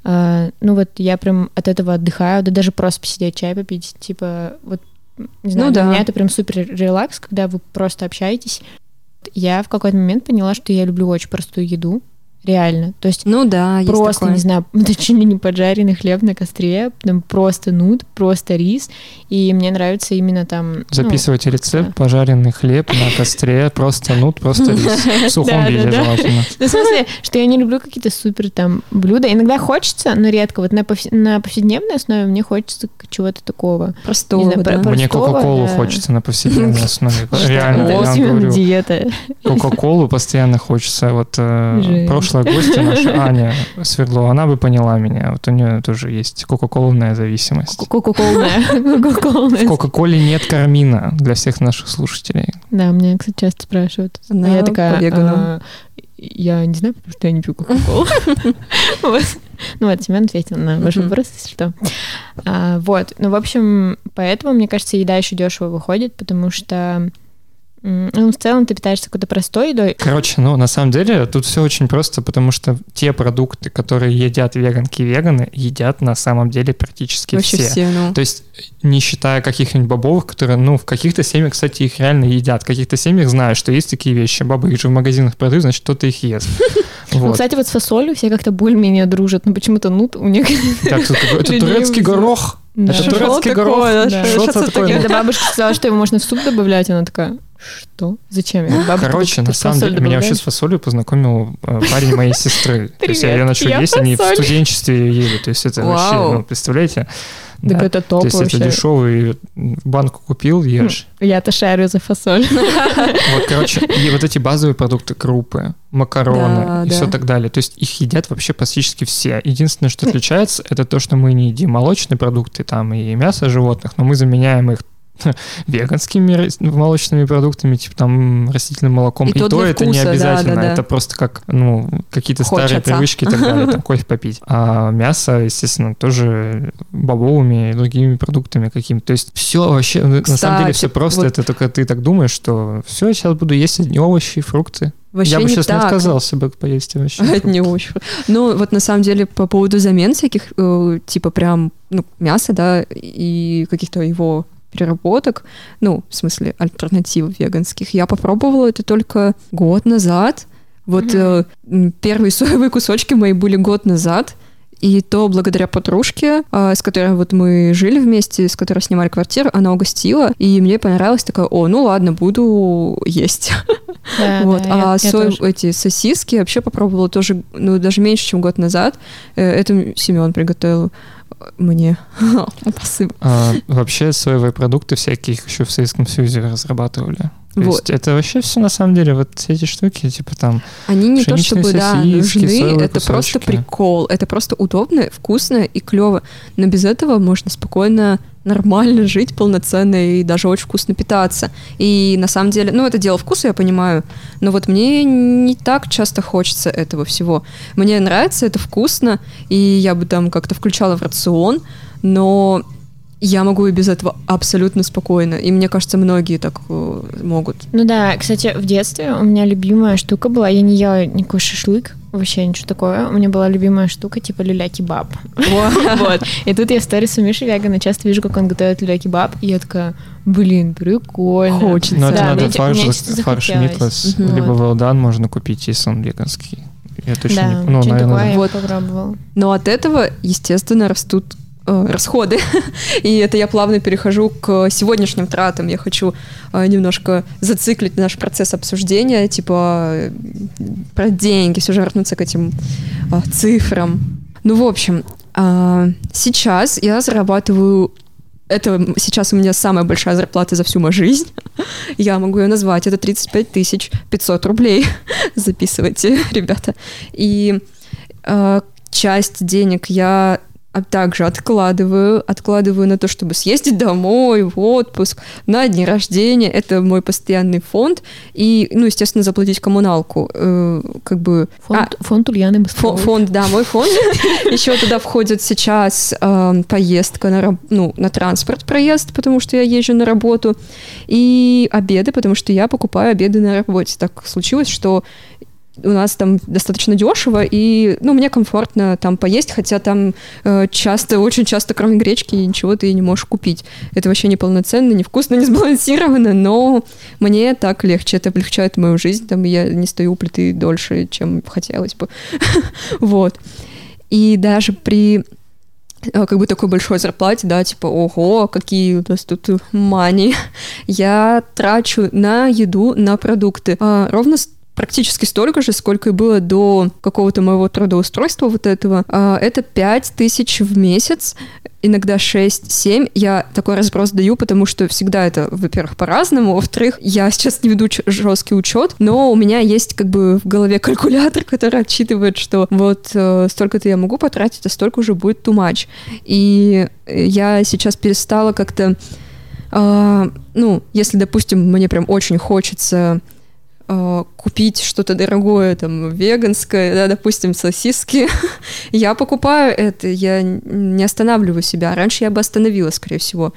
э, ну вот я прям от этого отдыхаю, да даже просто посидеть, чай попить, типа вот, не знаю, Ну для да. меня это прям супер релакс, когда вы просто общаетесь. Я в какой-то момент поняла, что я люблю очень простую еду, реально. То есть Ну да, есть просто, такое. не знаю, это чуть ли не поджаренный хлеб на костре, там просто нут, просто рис, и мне нравится именно там... ну, Записывайте рецепт, да. пожаренный хлеб на костре, просто нут, просто рис. В сухом Да, виде да, да. желательно. Ну, в смысле, что я не люблю какие-то супер там блюда. Иногда хочется, но редко. Вот на, повс- на повседневной основе мне хочется чего-то такого. Простого, Не знаю, да. про- Мне простого, Кока-Колу да. хочется на повседневной основе. Реально, Это я вам именно говорю. диета. Кока-колу постоянно хочется. Вот э, Жесть. прошлая гостья наша, Аня Свердлова, она бы поняла меня. Вот у нее тоже есть кока-колная зависимость. Кока-колная. Кока-колная. В Кока-коле нет кармина для всех наших слушателей. Да, меня, кстати, часто спрашивают. Она А я такая, по вегану. а, я не знаю, потому что я не пью кока-колу. Вот. Ну вот, Семен ответил на ваш Мгм. вопрос, если что. А, Вот, ну, в общем, поэтому, мне кажется, еда еще дешево выходит, потому что, м, ну, в целом ты питаешься какой-то простой едой. Короче, ну, на самом деле, тут все очень просто, потому что те продукты, которые едят веганки и веганы, едят на самом деле практически Вообще все. все, ну. То есть, не считая каких-нибудь бобовых, которые, ну, в каких-то семьях, кстати, их реально едят. В каких-то семьях знаю, что есть такие вещи. Бабы их же в магазинах продают, значит, кто-то их ест. Ну, Вот. кстати, вот с фасолью все как-то более-менее дружат, но почему-то нут у них... Так, тут такой, это людей турецкий вызывает. горох. Да. Это Что турецкий такое? горох. Да. Что Что это это такое? такое? Когда бабушка сказала, что его можно в суп добавлять, она такая, что? Зачем? Я говорю, «Бабушка, Короче, ты на в самом фасоль деле, меня вообще с добавляешь?» фасолью познакомил э, парень моей сестры. То есть я ее Привет, начал я есть, они в фасоль. студенчестве ее ели. То есть это вообще, Вау. ну, представляете? Так Да. это топ То есть вообще. это дешевый, банку купил, ешь. Я-то шарю за фасоль. Вот, короче, и вот эти базовые продукты, крупы, макароны Да, и да. все так далее. То есть их едят вообще практически все. Единственное, что отличается, это то, что мы не едим молочные продукты там и мясо животных, но мы заменяем их веганскими рас- молочными продуктами, типа там растительным молоком. И И, то то для это вкуса, не да, обязательно. да, да. Это просто как, ну, какие-то старые Хочется. привычки и так далее, там кофе попить. А мясо, естественно, тоже бобовыми и другими продуктами какими-то. То есть все вообще, на самом деле, все Кстати, просто. вот- Это только ты так думаешь, что все, сейчас буду есть одни овощи, фрукты. Вообще Я бы не сейчас не так. отказался бы поесть овощи. Это не очень. Ну, вот на самом деле по поводу замен всяких, э, типа прям, ну, мяса, да, и каких-то его переработок, ну, в смысле альтернатив веганских, я попробовала это только год назад. Вот э, м, первые соевые кусочки мои были год назад, и то благодаря подружке, э, с которой вот мы жили вместе, с которой снимали квартиру, она угостила, и мне понравилось, такая, о, ну ладно, буду есть. Да, Вот. да, я- А я сой- тоже. эти сосиски вообще попробовала тоже, ну, даже меньше, чем год назад. Э, Это Семен приготовил мне. Спасибо. А, вообще соевые продукты всякие их еще в Советском Союзе разрабатывали. То Вот. есть это вообще все на самом деле, вот все эти штуки, типа там Они не то пшеничные чтобы, да, сосиски, нужны, соевые это просто кусочки. прикол. Это просто удобно, вкусно и клево. Но без этого можно спокойно, нормально жить полноценно и даже очень вкусно питаться. И на самом деле, ну, это дело вкуса, я понимаю, но вот мне не так часто хочется этого всего. Мне нравится, это вкусно, и я бы там как-то включала в рацион, но я могу и без этого абсолютно спокойно. И мне кажется, многие так э, могут. Ну да, кстати, в детстве у меня любимая штука была, я не ела никакой шашлык, вообще ничего такое. У меня была любимая штука типа люля-кебаб. Вот. И тут я в сторис у Миши Вегана часто вижу, как он готовит люля-кебаб, и я такая, блин, прикольно. Хочется. Ну, это Да, надо мне- фарш, мне что-то фарш захотелось. Митлес, Мгм. либо Вот. Well Done можно купить, если он веганский. Я точно Да, не... Ну, что-нибудь наверное, такое я Вот. попробовала. Но от этого, естественно, растут э, расходы. И это я плавно перехожу к сегодняшним тратам. Я хочу э, немножко зациклить наш процесс обсуждения, типа э, про деньги, все же вернуться к этим э, цифрам. Ну, в общем, э, сейчас я зарабатываю... Это сейчас у меня самая большая зарплата за всю мою жизнь. Я могу ее назвать. Это тридцать пять тысяч пятьсот рублей. Записывайте, ребята. И э, часть денег я а также откладываю, откладываю на то, чтобы съездить домой, в отпуск, на дни рождения. Это мой постоянный фонд. И, ну, естественно, заплатить коммуналку. Э, как бы... Фонд, фонд Ульяны Фо- Быстровой. Фонд, да, мой фонд. Еще туда входит сейчас э, поездка на, раб- ну, на транспорт проезд, потому что я езжу на работу, и обеды, потому что я покупаю обеды на работе. Так случилось, что у нас там достаточно дешево, и, ну, мне комфортно там поесть, хотя там э, часто, очень часто, кроме гречки, ничего ты не можешь купить. Это вообще неполноценно, невкусно, не сбалансировано, но мне так легче, это облегчает мою жизнь, там я не стою у плиты дольше, чем хотелось бы. Вот. И даже при как бы такой большой зарплате, да, типа, ого, какие у нас тут мани, я трачу на еду, на продукты. А, ровно практически столько же, сколько и было до какого-то моего трудоустройства вот этого. А, это пять тысяч в месяц, иногда шесть-семь. Я такой разброс даю, потому что всегда это, во-первых, по-разному, во-вторых, я сейчас не веду жесткий учет, но у меня есть как бы в голове калькулятор, который отсчитывает, что вот э, столько-то я могу потратить, а столько уже будет too much. И я сейчас перестала как-то, э, ну, если, допустим, мне прям очень хочется купить что-то дорогое, там, веганское, да, допустим, сосиски, я покупаю это, я не останавливаю себя. Раньше я бы остановила, скорее всего.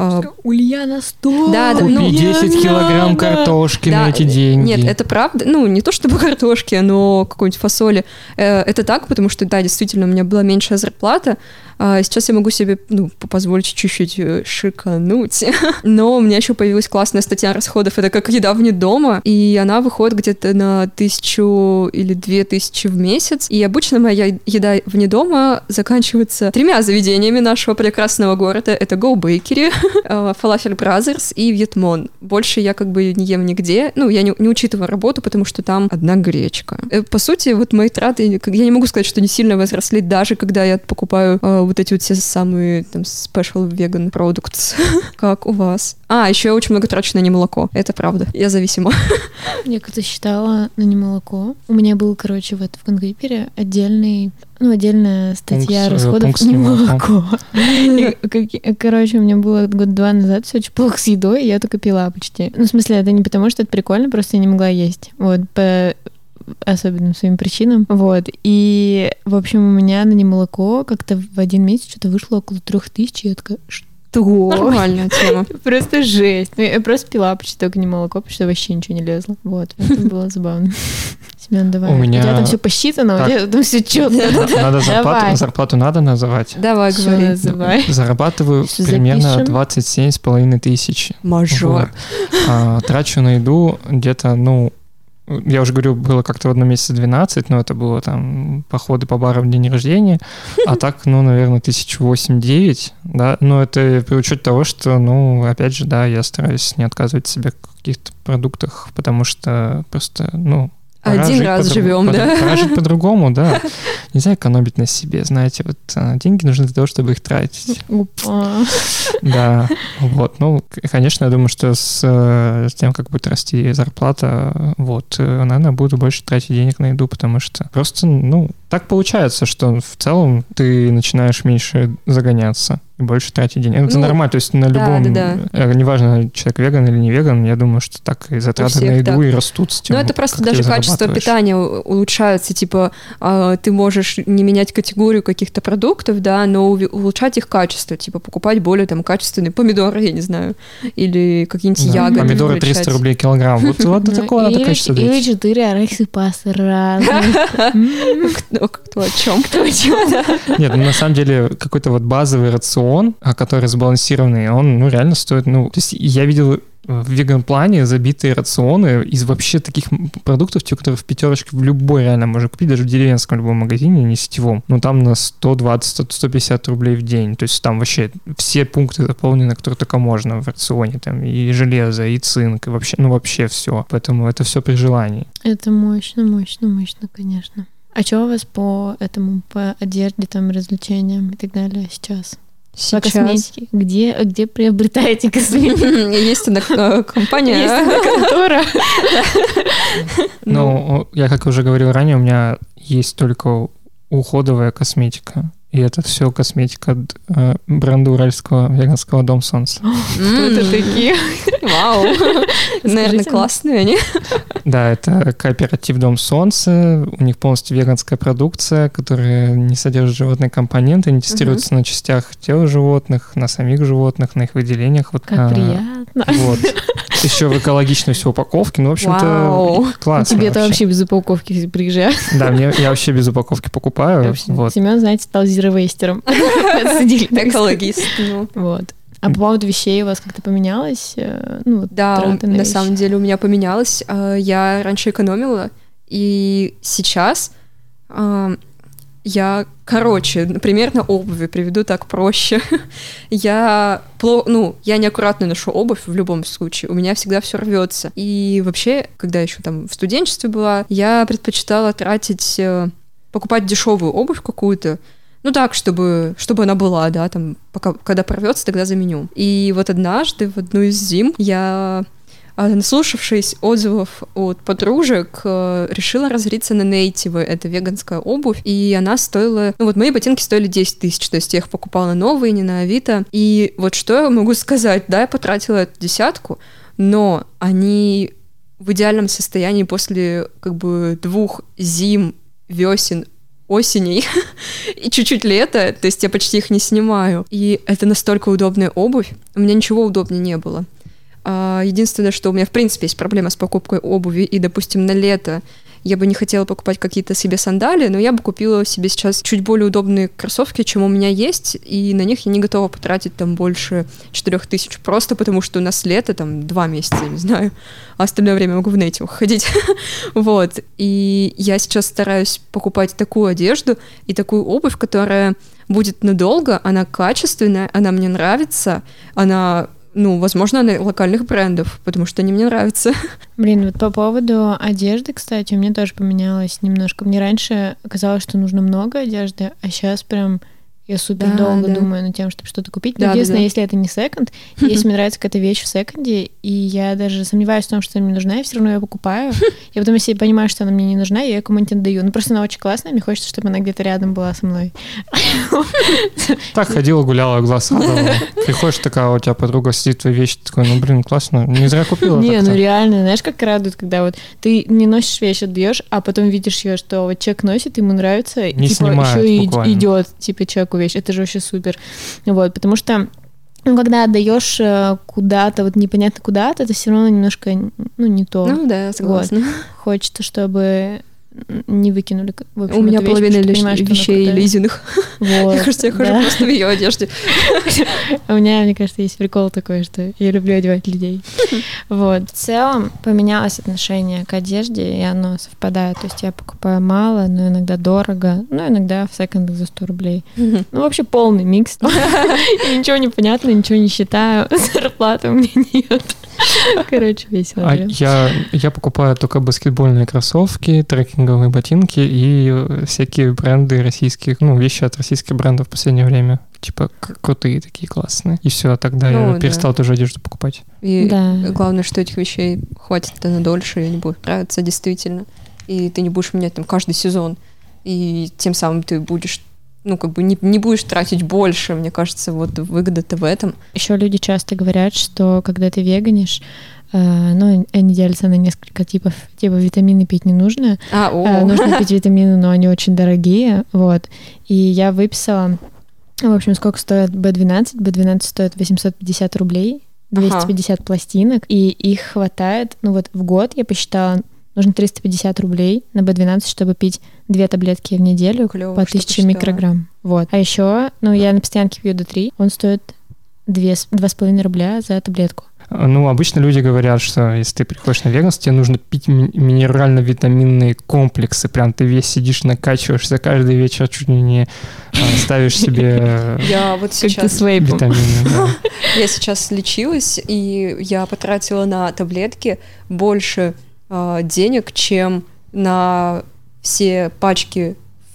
Ульяна, сто! Да, да, Купи ну, десять килограмм картошки да, на эти деньги. Нет, это правда, ну, не то чтобы картошки, но какой-нибудь фасоли. Это так, потому что, да, действительно, у меня была меньшая зарплата, сейчас я могу себе, ну, позволить чуть-чуть шикануть, но у меня еще появилась классная статья расходов, это как еда вне дома, и она выходит где-то на тысячу или две тысячи в месяц, и обычно моя еда вне дома заканчивается тремя заведениями нашего прекрасного города, это Go Bakery, Falafel Brothers и Вьетмон. Больше я как бы не ем нигде, ну, я не, не учитываю работу, потому что там одна гречка. По сути, вот мои траты, я не могу сказать, что не сильно возросли, даже когда я покупаю вот эти вот все самые там special vegan products. Как у вас? А, еще я очень много трачу на немолоко. Это правда. Я зависима. Я как-то считала на немолоко. У меня был, короче, вот в Конгрипере отдельный, ну, отдельная статья пункт, расходов пункт на немолоко. Короче, у меня было год два назад все очень плохо с едой, и я только пила почти. Ну, в смысле, это не потому, что это прикольно, просто я не могла есть. Вот, по особенным своим причинам. Вот. И, в общем, у меня на немолоко как-то в один месяц что-то вышло около трех тысяч, и я такая, что? Нормальная тема. Просто жесть. Я просто пила почти только немолоко, потому что вообще ничего не лезло. Вот. Это было забавно. Семен, давай. У меня... У тебя там все посчитано, у тебя там все четко. Надо зарплату, зарплату надо называть. Давай, говори. Называй. Зарабатываю Что, примерно запишем? двадцать семь с половиной тысяч. Мажор. Вот. А, трачу на еду где-то, ну, я уже говорю, было как-то в одном месяце двенадцать, но это было там походы по барам в день рождения, а так, ну, наверное, тысяч восемь-девять, да, но это при учете того, что, ну, опять же, да, я стараюсь не отказывать себе в каких-то продуктах, потому что просто, ну, один раз живем, да? Пора жить по-другому, да. Нельзя экономить на себе, знаете, вот а, деньги нужны для того, чтобы их тратить. Опа. Да, вот, ну, конечно, я думаю, что с, с тем, как будет расти зарплата, вот, наверное, буду больше тратить денег на еду, потому что просто, ну, так получается, что в целом ты начинаешь меньше загоняться и больше тратить денег. Это ну, нормально, то есть на любом, да, да, да. неважно, человек веган или не веган, я думаю, что так и затраты всех, на еду да. и растут с тем, ну, это просто даже качество питания улучшается, типа, ты можешь не менять категорию каких-то продуктов, да, но улучшать их качество, типа, покупать более там качественные помидоры, я не знаю, или какие-нибудь да. ягоды. Помидоры триста рублей килограмм, вот до такого надо качество дать. Или четыре арахисопасы разные. Кто о чем? Кто о чем, да. Нет, ну, на самом деле, какой-то вот базовый рацион, который сбалансированный, он, ну, реально стоит, ну, то есть я видел в веган-плане забитые рационы из вообще таких продуктов, те, которые в пятерочке в любой реально можно купить, даже в деревенском любом магазине, не сетевом, но там на сто двадцать - сто пятьдесят рублей в день, то есть там вообще все пункты заполнены, которые только можно в рационе, там и железо, и цинк, и вообще, ну вообще все, поэтому это все при желании. Это мощно, мощно, мощно, конечно. А что у вас по этому, по одежде, там, развлечениям и так далее сейчас? Сейчас. По косметике. Где, где приобретаете косметику? Есть одна компания. Есть одна контора. Ну, я, как уже говорил ранее, у меня есть только уходовая косметика. И это все косметика бренда уральского веганского Дом Солнца. Кто это такие? Вау. Наверное, классные они. Да, это кооператив «Дом Солнца». У них полностью веганская продукция, которая не содержит животные компоненты, не тестируется uh-huh. на частях тела животных, на самих животных, на их выделениях. Вот, как а, приятно. Вот. Еще в экологичной все упаковке. Ну, в общем-то, Вау. классно. Тебе это вообще без упаковки приезжает? Да, мне, я вообще без упаковки покупаю. Вот. Семен, знаете, стал зеровейстером. Экологист. Вот. А по поводу вещей у вас как-то поменялось? Ну, да, на, на самом деле у меня поменялось. Я раньше экономила, и сейчас я, короче, например, на обуви приведу так проще. я, ну, я неаккуратно ношу обувь в любом случае, у меня всегда все рвется. И вообще, когда еще там в студенчестве была, я предпочитала тратить, покупать дешевую обувь какую-то, ну так, чтобы, чтобы она была, да, там, пока, когда порвется, тогда заменю. И вот однажды, в одну из зим, я, наслушавшись отзывов от подружек, решила разориться на нейтивы. Это веганская обувь, и она стоила... Ну вот мои ботинки стоили десять тысяч, то есть я их покупала новые, не на Авито. И вот что я могу сказать, да, я потратила эту десятку, но они в идеальном состоянии после как бы двух зим, весен, осеней и чуть-чуть лета, то есть я почти их не снимаю. И это настолько удобная обувь, у меня ничего удобнее не было. Единственное, что у меня в принципе есть проблема с покупкой обуви, и, допустим, на лето я бы не хотела покупать какие-то себе сандалии, но я бы купила себе сейчас чуть более удобные кроссовки, чем у меня есть, и на них я не готова потратить там больше четырех тысяч, просто потому что у нас лето, там, два месяца, я не знаю, а остальное время могу в нейтивах ходить. Вот, и я сейчас стараюсь покупать такую одежду и такую обувь, которая будет надолго, она качественная, она мне нравится, она... Ну, возможно, она локальных брендов, потому что они мне нравятся. Блин, вот по поводу одежды, кстати, у меня тоже поменялось немножко. Мне раньше казалось, что нужно много одежды, а сейчас прям я супер да, долго да. думаю над тем, чтобы что-то купить. Но да, единственное, да, да. если это не секонд, если мне нравится какая-то вещь в секонде, и я даже сомневаюсь в том, что она мне нужна, я все равно ее покупаю. И потом, если я понимаю, что она мне не нужна, я ее кому-нибудь отдаю. Ну, просто она очень классная, мне хочется, чтобы она где-то рядом была со мной. Так ходила, гуляла, глаз радовала. Приходишь такая, у тебя подруга сидит, твои вещи, такой, ну, блин, классно, не зря купила. Не, ну реально, знаешь, как радует, когда вот ты не носишь вещь, отдаешь, а потом видишь ее, что вот человек носит, ему нравится, и типа еще и идет, типа, человеку вещь. Это же вообще супер. Вот, потому что ну, когда отдаешь куда-то, вот непонятно куда-то, это все равно немножко, ну, не то. Ну да, согласна. Вот. Хочется, чтобы не выкинули. В общем, у меня половина вещь, понимаешь, вещей лизиных. Вот, мне кажется, я хожу да. просто в ее одежде. У меня, мне кажется, есть прикол такой, что я люблю одевать людей. Вот. В целом поменялось отношение к одежде, и оно совпадает. То есть я покупаю мало, но иногда дорого, ну, иногда в секондах за сто рублей. Ну, вообще полный микс. Ничего не понятно, ничего не считаю. Зарплаты у меня нет. Короче, весело. А я, я покупаю только баскетбольные кроссовки, трекинговые ботинки и всякие бренды российских, ну, вещи от российских брендов в последнее время. Типа крутые такие, классные. И все, тогда ну, я перестал да. тоже одежду покупать. И да. главное, что этих вещей хватит на дольше, и они будут нравиться действительно. И ты не будешь менять там каждый сезон. И тем самым ты будешь ну, как бы не, не будешь тратить больше, мне кажется, вот выгода-то в этом. Еще люди часто говорят, что когда ты веганишь, э, ну, они делятся на несколько типов, типа витамины пить не нужно, а, э, нужно пить витамины, но они очень дорогие, вот, и я выписала, в общем, сколько стоит би двенадцать, би двенадцать стоит восемьсот пятьдесят рублей, двести пятьдесят ага. пластинок, и их хватает, ну вот в год я посчитала, нужно триста пятьдесят рублей на би двенадцать, чтобы пить две таблетки в неделю. Клево, по тысяче микрограмм. Вот. А еще, ну, я на постоянке пью ди три, он стоит два с половиной рубля за таблетку. Ну, обычно люди говорят, что если ты приходишь на веганство, тебе нужно пить ми- минерально-витаминные комплексы. Прям ты весь сидишь, накачиваешься каждый вечер, чуть ли не ставишь себе я вот сейчас витамины. Я сейчас лечилась, и я потратила на таблетки больше денег, чем на все пачки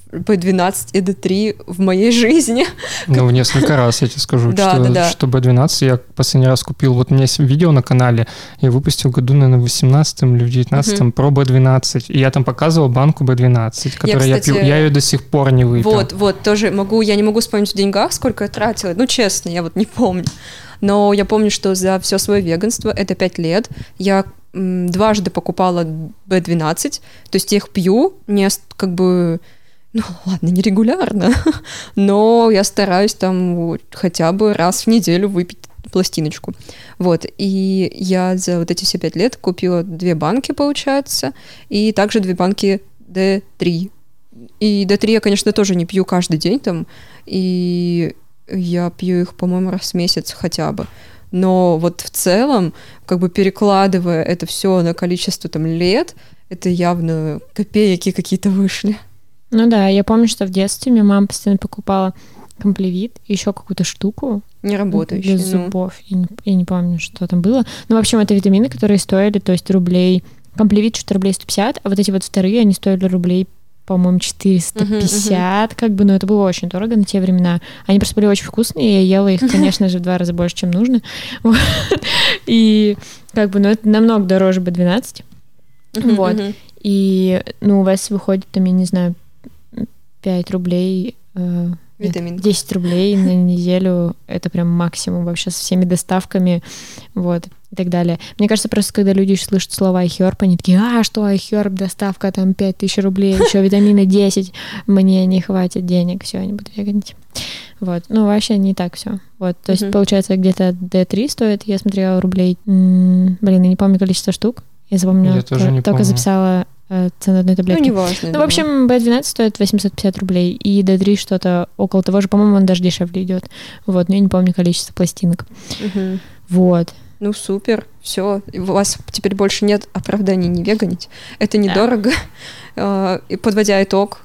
би двенадцать и ди три в моей жизни. Ну, в несколько раз, я тебе скажу, да, что, да, да. что би двенадцать я последний раз купил, вот у меня есть видео на канале, я выпустил году, наверное, в восемнадцатом или в девятнадцатом угу. про би двенадцать, и я там показывал банку би двенадцать, которую я, кстати, я пил, я ее до сих пор не выпил. Вот, вот, тоже могу, я не могу вспомнить в деньгах, сколько я тратила, ну, честно, я вот не помню. Но я помню, что за все свое веганство, это пять лет, я м, дважды покупала би двенадцать, то есть я их пью, не как бы, ну ладно, не регулярно, но я стараюсь там хотя бы раз в неделю выпить пластиночку. Вот, и я за вот эти все пять лет купила две банки, получается, и также две банки ди три. И ди три я, конечно, тоже не пью каждый день там, и... Я пью их, по-моему, раз в месяц хотя бы. Но вот в целом, как бы перекладывая это все на количество там лет, это явно копейки какие-то вышли. Ну да, я помню, что в детстве мне мама постоянно покупала комплевит, еще какую-то штуку. Не работающую. Для зубов. Ну. Я, не, я не помню, что там было. Ну, в общем, это витамины, которые стоили, то есть рублей... Комплевит что-то рублей сто пятьдесят, а вот эти вот вторые, они стоили рублей, по-моему, четыреста пятьдесят, uh-huh, uh-huh. как бы, но это было очень дорого на те времена. Они просто были очень вкусные, я ела их, конечно же, в два раза больше, чем нужно. И как бы, ну, это намного дороже би двенадцать. Uh-huh, вот. Uh-huh. И, ну, у вас выходит, там, я не знаю, пять рублей... Э, Витамин. десять рублей на неделю, это прям максимум вообще со всеми доставками, вот, и так далее. Мне кажется, просто когда люди слышат слово iHerb, они такие, а, что iHerb, доставка там пять тысяч рублей, еще витамины десять, мне не хватит денег, все, я не буду веганить. Вот, ну, вообще не так все. Вот, то есть, получается, где-то ди три стоит, я смотрела рублей, м-м, блин, я не помню количество штук, я запомнила, я тоже не только помню. Записала цену одной таблетки. Ну, неважно. Ну, в общем, би двенадцать стоит восемьсот пятьдесят рублей, и ди три что-то около того же, по-моему, он даже дешевле идет. Вот, но я не помню количество пластинок. Угу. Вот. Ну, супер, все. У вас теперь больше нет оправданий не веганить. Это недорого. Да. И подводя итог,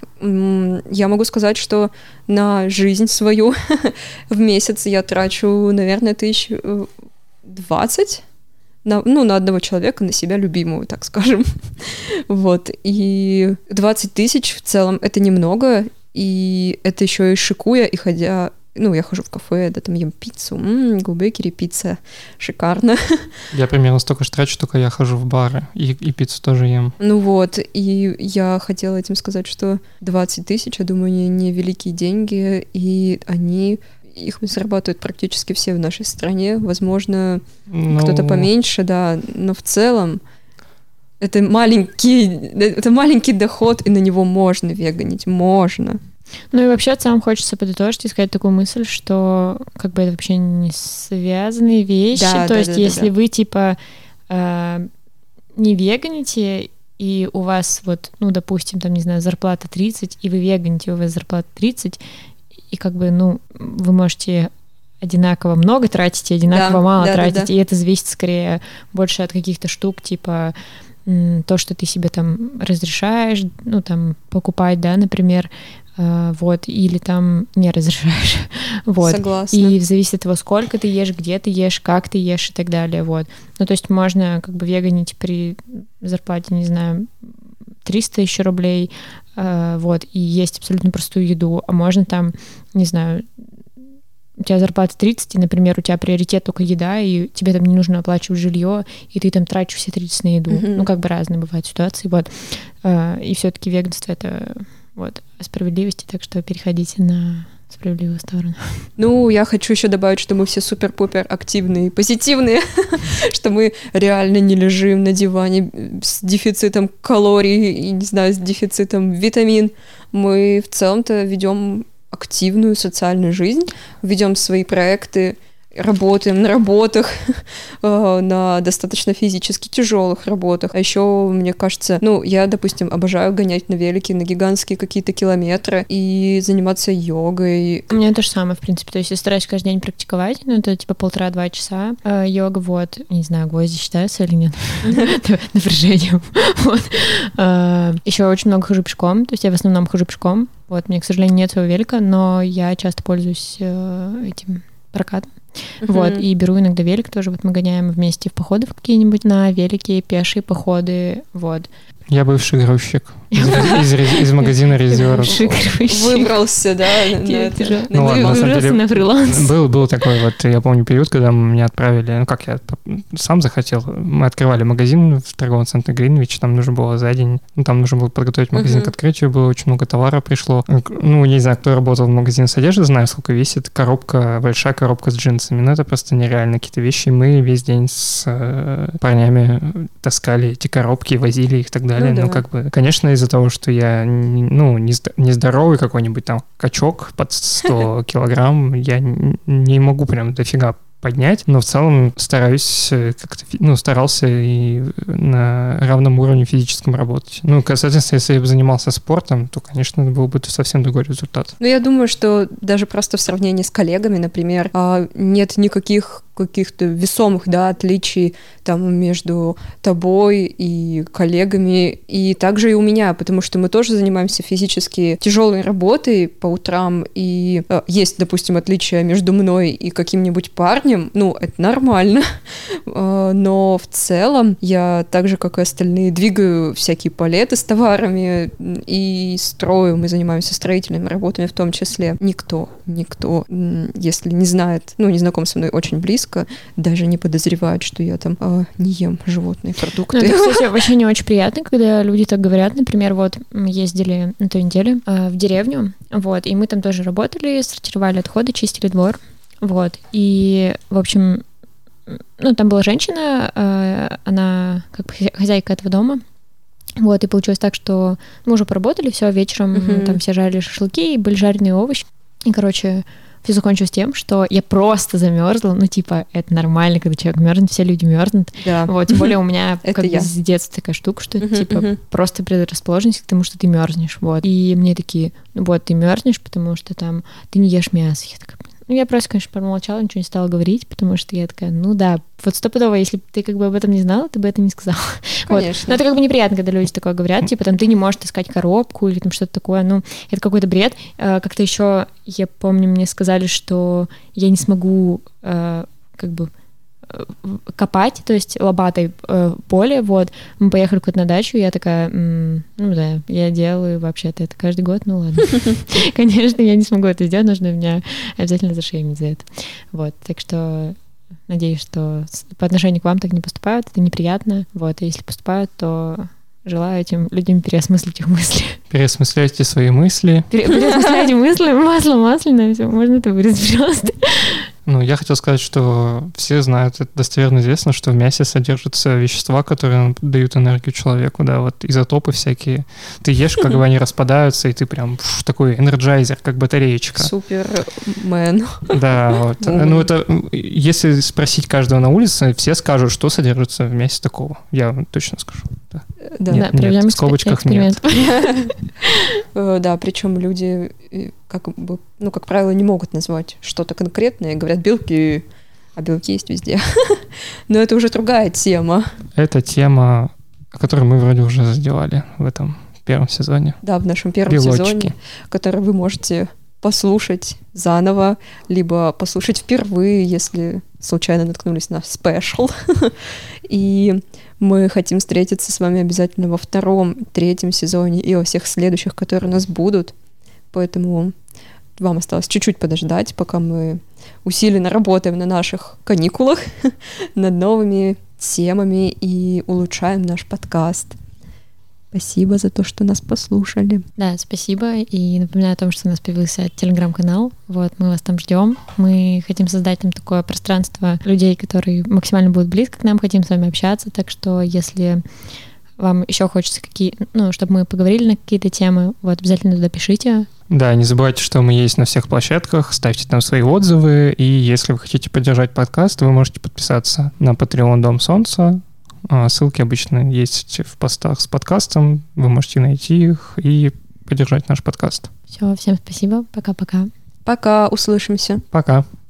я могу сказать, что на жизнь свою в месяц я трачу, наверное, тысяч двадцать. На, ну, на одного человека, на себя любимого, так скажем. Вот. И двадцать тысяч в целом это немного, и это еще и шикуя, и ходя... Ну, я хожу в кафе, да, там ем пиццу. М-м, Гулбекери, пицца. Шикарно. Я примерно столько же трачу, только я хожу в бары, и, и пиццу тоже ем. Ну вот, и я хотела этим сказать, что двадцать тысяч, я думаю, не, не великие деньги, и они... Их зарабатывают практически все в нашей стране. Возможно, ну... кто-то поменьше, да. Но в целом это маленький, это маленький доход, и на него можно веганить. Можно. Ну и вообще, сам хочется подытожить и сказать такую мысль, что как бы это вообще не связанные вещи. Да, То да, есть да, если да. вы, типа, э, не веганите, и у вас вот, ну, допустим, там, не знаю, зарплата тридцать, и вы веганите, у вас зарплата тридцать, и как бы, ну, вы можете одинаково много тратить, и одинаково да, мало да, тратить, да, да. и это зависит скорее больше от каких-то штук, типа то, что ты себе там разрешаешь, ну, там, покупать, да, например, э, вот, или там не разрешаешь, вот. Согласна. И зависит от того, сколько ты ешь, где ты ешь, как ты ешь и так далее, вот. Ну, то есть можно как бы веганить при зарплате, не знаю, триста еще рублей, э, вот, и есть абсолютно простую еду, а можно там, не знаю, у тебя зарплата тридцать, и, например, у тебя приоритет только еда, и тебе там не нужно оплачивать жилье, и ты там тратишь все тридцать на еду. Mm-hmm. Ну, как бы разные бывают ситуации, вот. Э, и все-таки веганство — это вот о справедливости, так что переходите на справедливую сторону. Ну, я хочу еще добавить, что мы все супер-пупер активные, позитивные, что мы реально не лежим на диване с дефицитом калорий и, не знаю, с дефицитом витамин. Мы в целом-то ведем активную социальную жизнь, ведем свои проекты, работаем на работах, на достаточно физически тяжелых работах. А еще, мне кажется, ну, я, допустим, обожаю гонять на велике на гигантские какие-то километры и заниматься йогой. У меня то же самое, в принципе. То есть я стараюсь каждый день практиковать, ну, это типа полтора-два часа э, йога, вот. Не знаю, гвозди считаются или нет? Напряжением. Еще очень много хожу пешком, то есть я в основном хожу пешком. Вот, мне, к сожалению, нет своего велика, но я часто пользуюсь этим прокатом. Uh-huh. Вот, и беру иногда велик тоже, вот мы гоняем вместе в походы в какие-нибудь на велике, пешие походы, вот. Я бывший грузчик из, из, из, из магазина «Резерв». Выбрался, да? Ну ладно, на самом деле, на фриланс. Был, был такой вот, я помню, период, когда меня отправили, ну как я сам захотел, мы открывали магазин в торговом центре Гринвич, там нужно было за день, ну там нужно было подготовить магазин uh-huh. к открытию, было очень много товара пришло. Ну, не знаю, кто работал в магазине с одеждой, знаю, сколько весит коробка, большая коробка с джинсами, но это просто нереально какие-то вещи. Мы весь день с э, парнями таскали эти коробки, возили их и так далее. Ну, да. Ну как бы, конечно, из-за того, что я, ну, нездоровый какой-нибудь там качок под сто килограмм, я не могу прям дофига поднять, но в целом стараюсь как-то, ну, старался и на равном уровне физическом работать. Ну, соответственно, если я бы занимался спортом, то, конечно, был бы совсем другой результат. Ну, я думаю, что даже просто в сравнении с коллегами, например, нет никаких каких-то весомых, да, отличий там между тобой и коллегами, и также и у меня, потому что мы тоже занимаемся физически тяжелой работой по утрам, и э, есть, допустим, отличия между мной и каким-нибудь парнем, ну, это нормально, э, но в целом я так же, как и остальные, двигаю всякие палеты с товарами и строю, мы занимаемся строительными работами в том числе. Никто, никто, если не знает, ну, не знаком со мной очень близко, даже не подозревают, что я там э, не ем животные продукты. Ну, это, кстати, вообще не очень приятно, когда люди так говорят. Например, вот мы ездили на той неделе э, в деревню, вот, и мы там тоже работали, сортировали отходы, чистили двор, вот, и, в общем, ну, там была женщина, э, она как бы хозяйка этого дома, вот, и получилось так, что мы уже поработали, все, вечером uh-huh. там все жарили шашлыки, и были жареные овощи, и, короче, все закончилось тем, что я просто замерзла. Ну, типа, это нормально, когда человек мерзнет, все люди мерзнут. Да. Вот, тем более у меня как бы с детства такая штука, что это, типа, просто предрасположенность к тому, что ты мерзнешь. Вот. И мне такие, ну вот, ты мерзнешь, потому что там ты не ешь мясо. Я такая, ну, я просто, конечно, промолчала, ничего не стала говорить, потому что я такая, ну да, вот стопудово, если бы ты как бы об этом не знала, ты бы это не сказала. Конечно. Вот. Но это как бы неприятно, когда люди такое говорят, типа, там, ты не можешь таскать коробку или там что-то такое, ну, это какой-то бред. Как-то еще, я помню, мне сказали, что я не смогу как бы копать, то есть лопатой э, поле, вот, мы поехали куда-то на дачу, и я такая, м-м, ну да, я делаю вообще-то это каждый год, ну ладно. Конечно, я не смогу это сделать, нужно меня обязательно зашеймить за это. Вот, так что надеюсь, что по отношению к вам так не поступают, это неприятно, вот, и если поступают, то желаю этим людям переосмыслить их мысли. Переосмысляйте свои мысли. Переосмысляйте мысли, масло масляное, все, можно это вырезать, пожалуйста. Ну, я хотел сказать, что все знают, это достоверно известно, что в мясе содержатся вещества, которые дают энергию человеку, да, вот изотопы всякие. Ты ешь, как бы они распадаются, и ты прям фу, такой энерджайзер, как батареечка. Супермен. Да, вот. Ну, это, если спросить каждого на улице, все скажут, что содержится в мясе такого. Я вам точно скажу. Да, да. Нет, да, нет, в скобочках нет. Да, причем люди, как бы, ну, как правило, не могут назвать что-то конкретное, говорят белки, а белки есть везде. Но это уже другая тема. Это тема, которую мы вроде уже задевали в этом первом сезоне. Да, в нашем первом Белочки. сезоне, который вы можете послушать заново, либо послушать впервые, если случайно наткнулись на спешл. И мы хотим встретиться с вами обязательно во втором, третьем сезоне и во всех следующих, которые у нас будут. Поэтому вам осталось чуть-чуть подождать, пока мы усиленно работаем на наших каникулах над новыми темами и улучшаем наш подкаст. Спасибо за то, что нас послушали. Да, спасибо. И напоминаю о том, что у нас появился телеграм-канал. Вот, мы вас там ждем. Мы хотим создать там такое пространство людей, которые максимально будут близко к нам, хотим с вами общаться. Так что, если вам еще хочется какие, ну, чтобы мы поговорили на какие-то темы, вот, обязательно туда пишите. Да, не забывайте, что мы есть на всех площадках, ставьте там свои отзывы, и если вы хотите поддержать подкаст, вы можете подписаться на Patreon Дом Солнца. Ссылки обычно есть в постах с подкастом, вы можете найти их и поддержать наш подкаст. Все, всем спасибо, пока-пока. Пока, услышимся. Пока.